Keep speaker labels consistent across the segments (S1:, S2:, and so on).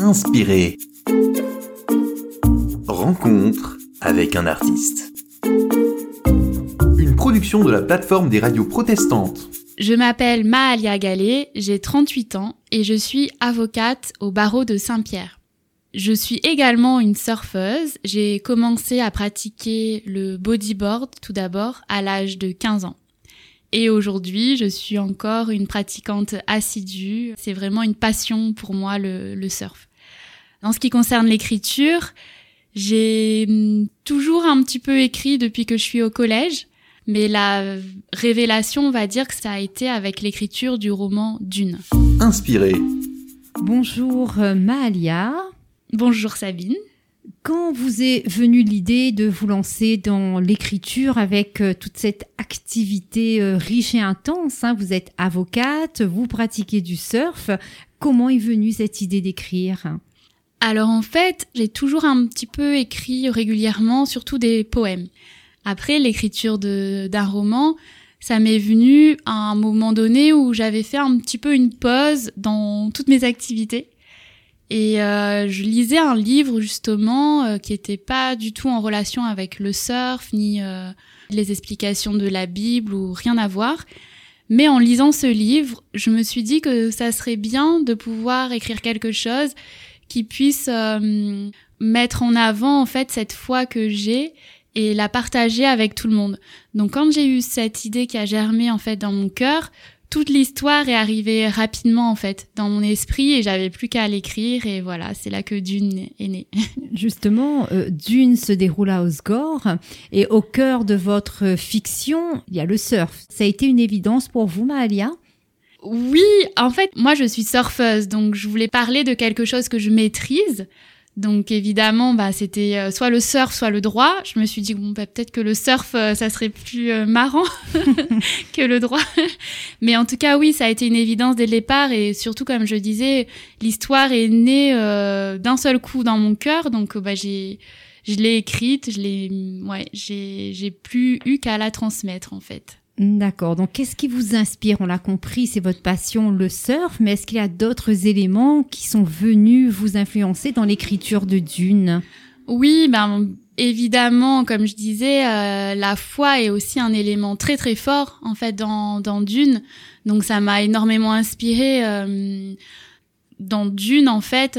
S1: Inspiré. Rencontre avec un artiste. Une production de la plateforme des radios protestantes.
S2: Je m'appelle Mahalia Gallet, j'ai 38 ans et je suis avocate au barreau de Saint-Pierre. Je suis également une surfeuse. J'ai commencé à pratiquer le bodyboard tout d'abord à l'âge de 15 ans. Et aujourd'hui, je suis encore une pratiquante assidue. C'est vraiment une passion pour moi, le surf. En ce qui concerne l'écriture, j'ai toujours un petit peu écrit depuis que je suis au collège. Mais la révélation, on va dire que ça a été avec l'écriture du roman Dune.
S1: Inspiré.
S3: Bonjour Mahalia.
S2: Bonjour Sabine.
S3: Quand vous est venue l'idée de vous lancer dans l'écriture avec toute cette activité riche et intense, vous êtes avocate, vous pratiquez du surf, comment est venue cette idée d'écrire ?
S2: Alors en fait, j'ai toujours un petit peu écrit régulièrement, surtout des poèmes. Après, l'écriture d'un roman, ça m'est venu à un moment donné où j'avais fait un petit peu une pause dans toutes mes activités. Et je lisais un livre justement qui était pas du tout en relation avec le surf, ni les explications de la Bible ou rien à voir. Mais en lisant ce livre, je me suis dit que ça serait bien de pouvoir écrire quelque chose qui puisse mettre en avant en fait cette foi que j'ai et la partager avec tout le monde. Donc quand j'ai eu cette idée qui a germé en fait dans mon cœur, toute l'histoire est arrivée rapidement en fait dans mon esprit et j'avais plus qu'à l'écrire et voilà, c'est là que Dune est née.
S3: Justement, Dune se déroule à Osgore et au cœur de votre fiction, il y a le surf. Ça a été une évidence pour vous, Mahalia ?
S2: Oui, en fait, moi je suis surfeuse, donc je voulais parler de quelque chose que je maîtrise. Donc évidemment, c'était soit le surf, soit le droit. Je me suis dit peut-être que le surf, ça serait plus marrant que le droit. Mais en tout cas, oui, ça a été une évidence dès le départ. Et surtout, comme je disais, l'histoire est née d'un seul coup dans mon cœur. Donc je l'ai écrite, j'ai plus eu qu'à la transmettre en fait.
S3: D'accord. Donc, qu'est-ce qui vous inspire ? On l'a compris, c'est votre passion, le surf. Mais est-ce qu'il y a d'autres éléments qui sont venus vous influencer dans l'écriture de Dune ?
S2: Oui, évidemment, comme je disais, la foi est aussi un élément très très fort en fait dans Dune. Donc, ça m'a énormément inspirée. Dans Dune, en fait,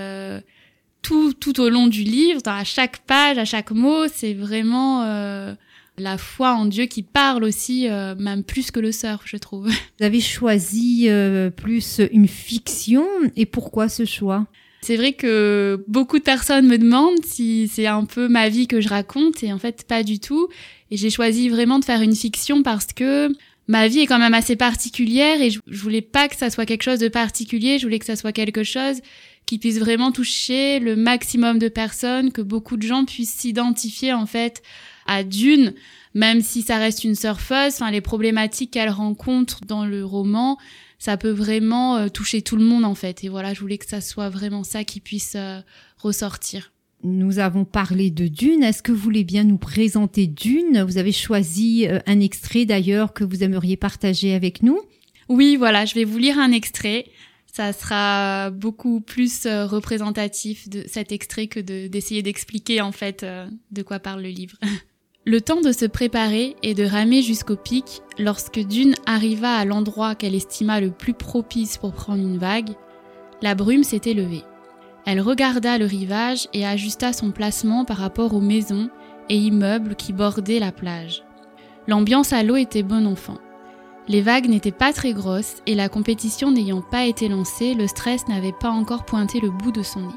S2: tout au long du livre, à chaque page, à chaque mot, c'est vraiment la foi en Dieu qui parle aussi, même plus que le surf, je trouve.
S3: Vous avez choisi plus une fiction, et pourquoi ce choix ?
S2: C'est vrai que beaucoup de personnes me demandent si c'est un peu ma vie que je raconte, et en fait, pas du tout. Et j'ai choisi vraiment de faire une fiction parce que ma vie est quand même assez particulière, et je voulais pas que ça soit quelque chose de particulier, je voulais que ça soit quelque chose qui puisse vraiment toucher le maximum de personnes, que beaucoup de gens puissent s'identifier en fait à Dune, même si ça reste une surfeuse, les problématiques qu'elle rencontre dans le roman, ça peut vraiment toucher tout le monde en fait. Et voilà, je voulais que ça soit vraiment ça qui puisse ressortir.
S3: Nous avons parlé de Dune. Est-ce que vous voulez bien nous présenter Dune ? Vous avez choisi un extrait d'ailleurs que vous aimeriez partager avec nous ?
S2: Oui, voilà, je vais vous lire un extrait. Ça sera beaucoup plus représentatif de cet extrait que d'essayer d'expliquer en fait de quoi parle le livre. Le temps de se préparer et de ramer jusqu'au pic, lorsque Dune arriva à l'endroit qu'elle estima le plus propice pour prendre une vague, la brume s'était levée. Elle regarda le rivage et ajusta son placement par rapport aux maisons et immeubles qui bordaient la plage. L'ambiance à l'eau était bon enfant. Les vagues n'étaient pas très grosses et la compétition n'ayant pas été lancée, le stress n'avait pas encore pointé le bout de son nez.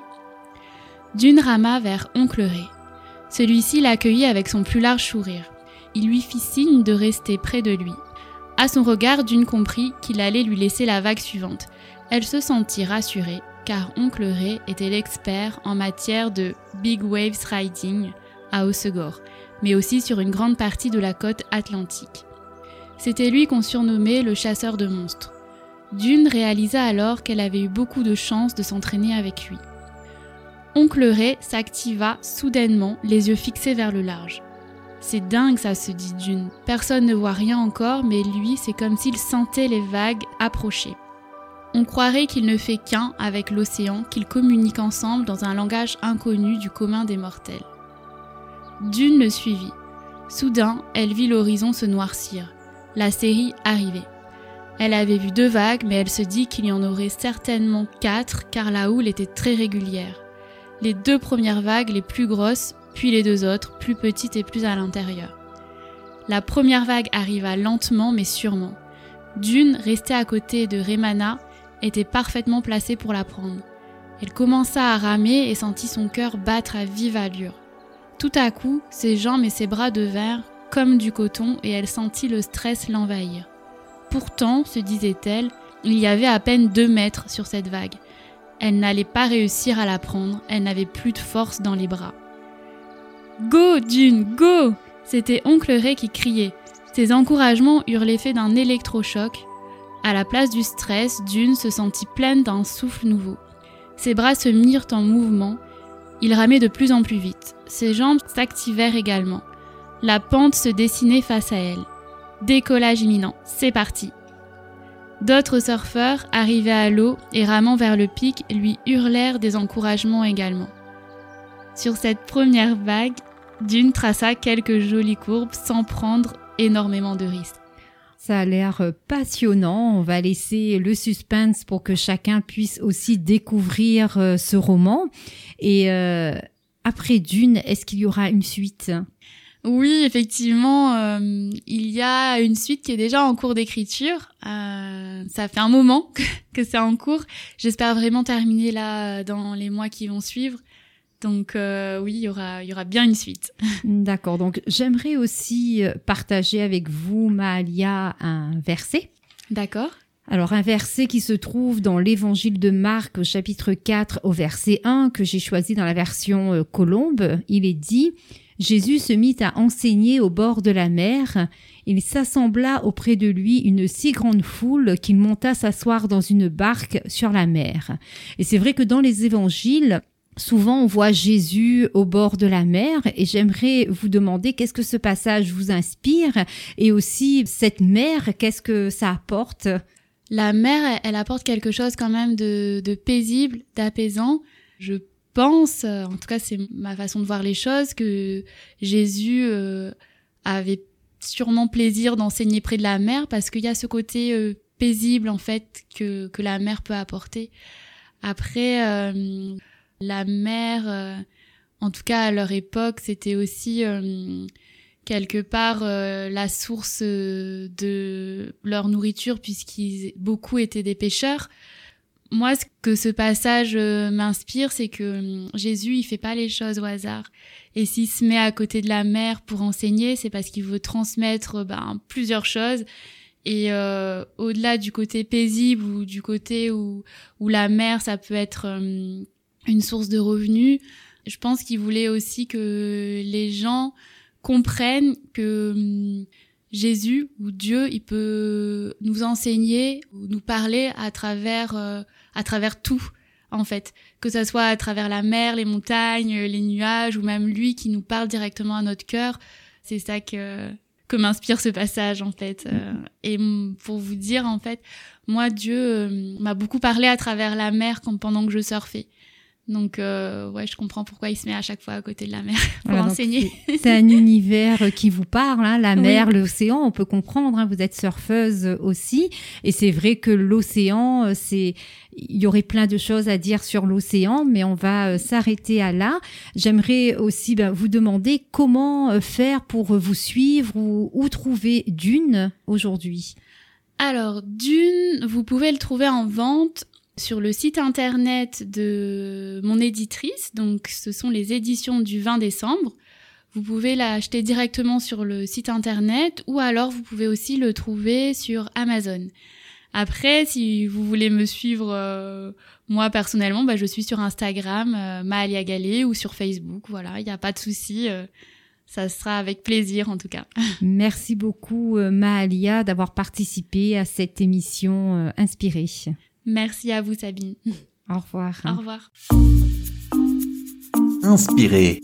S2: Dune rama vers Oncle Ray. Celui-ci l'accueillit avec son plus large sourire. Il lui fit signe de rester près de lui. À son regard, Dune comprit qu'il allait lui laisser la vague suivante. Elle se sentit rassurée, car Oncle Ray était l'expert en matière de big waves riding à Osgore, mais aussi sur une grande partie de la côte atlantique. C'était lui qu'on surnommait le chasseur de monstres. Dune réalisa alors qu'elle avait eu beaucoup de chance de s'entraîner avec lui. Oncle Ray s'activa soudainement, les yeux fixés vers le large. C'est dingue ça, se dit Dune. Personne ne voit rien encore, mais lui, c'est comme s'il sentait les vagues approcher. On croirait qu'il ne fait qu'un avec l'océan, qu'ils communiquent ensemble dans un langage inconnu du commun des mortels. Dune le suivit. Soudain, elle vit l'horizon se noircir. La série arrivait. Elle avait vu 2 vagues, mais elle se dit qu'il y en aurait certainement 4, car la houle était très régulière. Les 2 premières vagues les plus grosses, puis les 2 autres, plus petites et plus à l'intérieur. La première vague arriva lentement mais sûrement. Dune, restée à côté de Remana, était parfaitement placée pour la prendre. Elle commença à ramer et sentit son cœur battre à vive allure. Tout à coup, ses jambes et ses bras devinrent comme du coton et elle sentit le stress l'envahir. Pourtant, se disait-elle, il y avait à peine 2 mètres sur cette vague. Elle n'allait pas réussir à la prendre, elle n'avait plus de force dans les bras. « Go, Dune, go !» C'était Oncle Ray qui criait. Ses encouragements eurent l'effet d'un électrochoc. À la place du stress, Dune se sentit pleine d'un souffle nouveau. Ses bras se mirent en mouvement. Il ramait de plus en plus vite. Ses jambes s'activèrent également. La pente se dessinait face à elle. Décollage imminent. C'est parti. D'autres surfeurs, arrivés à l'eau et ramant vers le pic, lui hurlèrent des encouragements également. Sur cette première vague, Dune traça quelques jolies courbes sans prendre énormément de risques.
S3: Ça a l'air passionnant. On va laisser le suspense pour que chacun puisse aussi découvrir ce roman. Et après Dune, est-ce qu'il y aura une suite ?
S2: Oui, effectivement, il y a une suite qui est déjà en cours d'écriture. Ça fait un moment que c'est en cours. J'espère vraiment terminer là dans les mois qui vont suivre. Donc oui, il y aura bien une suite.
S3: D'accord, donc j'aimerais aussi partager avec vous, Mahalia, un verset.
S2: D'accord.
S3: Alors un verset qui se trouve dans l'évangile de Marc au chapitre 4 au verset 1 que j'ai choisi dans la version Colombe. Il est dit « Jésus se mit à enseigner au bord de la mer. Il s'assembla auprès de lui une si grande foule qu'il monta s'asseoir dans une barque sur la mer. » Et c'est vrai que dans les évangiles, souvent, on voit Jésus au bord de la mer et j'aimerais vous demander qu'est-ce que ce passage vous inspire et aussi cette mer, qu'est-ce que ça apporte ?
S2: La mer, elle apporte quelque chose quand même de paisible, d'apaisant. Je pense, en tout cas c'est ma façon de voir les choses, que Jésus avait sûrement plaisir d'enseigner près de la mer parce qu'il y a ce côté paisible en fait que la mer peut apporter. Après... La mer, en tout cas à leur époque, c'était aussi quelque part la source de leur nourriture puisqu'ils beaucoup étaient des pêcheurs. Moi, ce que ce passage m'inspire, c'est que Jésus, il fait pas les choses au hasard. Et s'il se met à côté de la mer pour enseigner, c'est parce qu'il veut transmettre plusieurs choses. Et au-delà du côté paisible ou du côté où la mer, ça peut être... une source de revenus. Je pense qu'il voulait aussi que les gens comprennent que Jésus ou Dieu, il peut nous enseigner ou nous parler à travers tout, en fait. Que ça soit à travers la mer, les montagnes, les nuages ou même lui qui nous parle directement à notre cœur. C'est ça que m'inspire ce passage, en fait. Et pour vous dire, en fait, moi, Dieu m'a beaucoup parlé à travers la mer pendant que je surfais. Donc, ouais, je comprends pourquoi il se met à chaque fois à côté de la mer pour enseigner.
S3: C'est un univers qui vous parle, hein, la mer, oui. L'océan, on peut comprendre, hein, vous êtes surfeuse aussi. Et c'est vrai que l'océan, il y aurait plein de choses à dire sur l'océan, mais on va s'arrêter à là. J'aimerais aussi vous demander comment faire pour vous suivre ou où trouver Dune aujourd'hui.
S2: Alors, Dune, vous pouvez le trouver en vente sur le site internet de mon éditrice, donc ce sont les éditions du 20 décembre. Vous pouvez l'acheter directement sur le site internet ou alors vous pouvez aussi le trouver sur Amazon. Après, si vous voulez me suivre, moi personnellement, je suis sur Instagram, Mahalia Gallet, ou sur Facebook, voilà, il n'y a pas de souci, ça sera avec plaisir en tout cas.
S3: Merci beaucoup Mahalia d'avoir participé à cette émission inspirée.
S2: Merci à vous Sabine.
S3: Au revoir.
S2: Au revoir.
S1: Inspiré.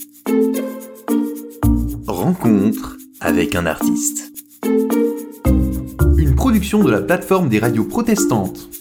S1: Rencontre avec un artiste. Une production de la plateforme des radios protestantes.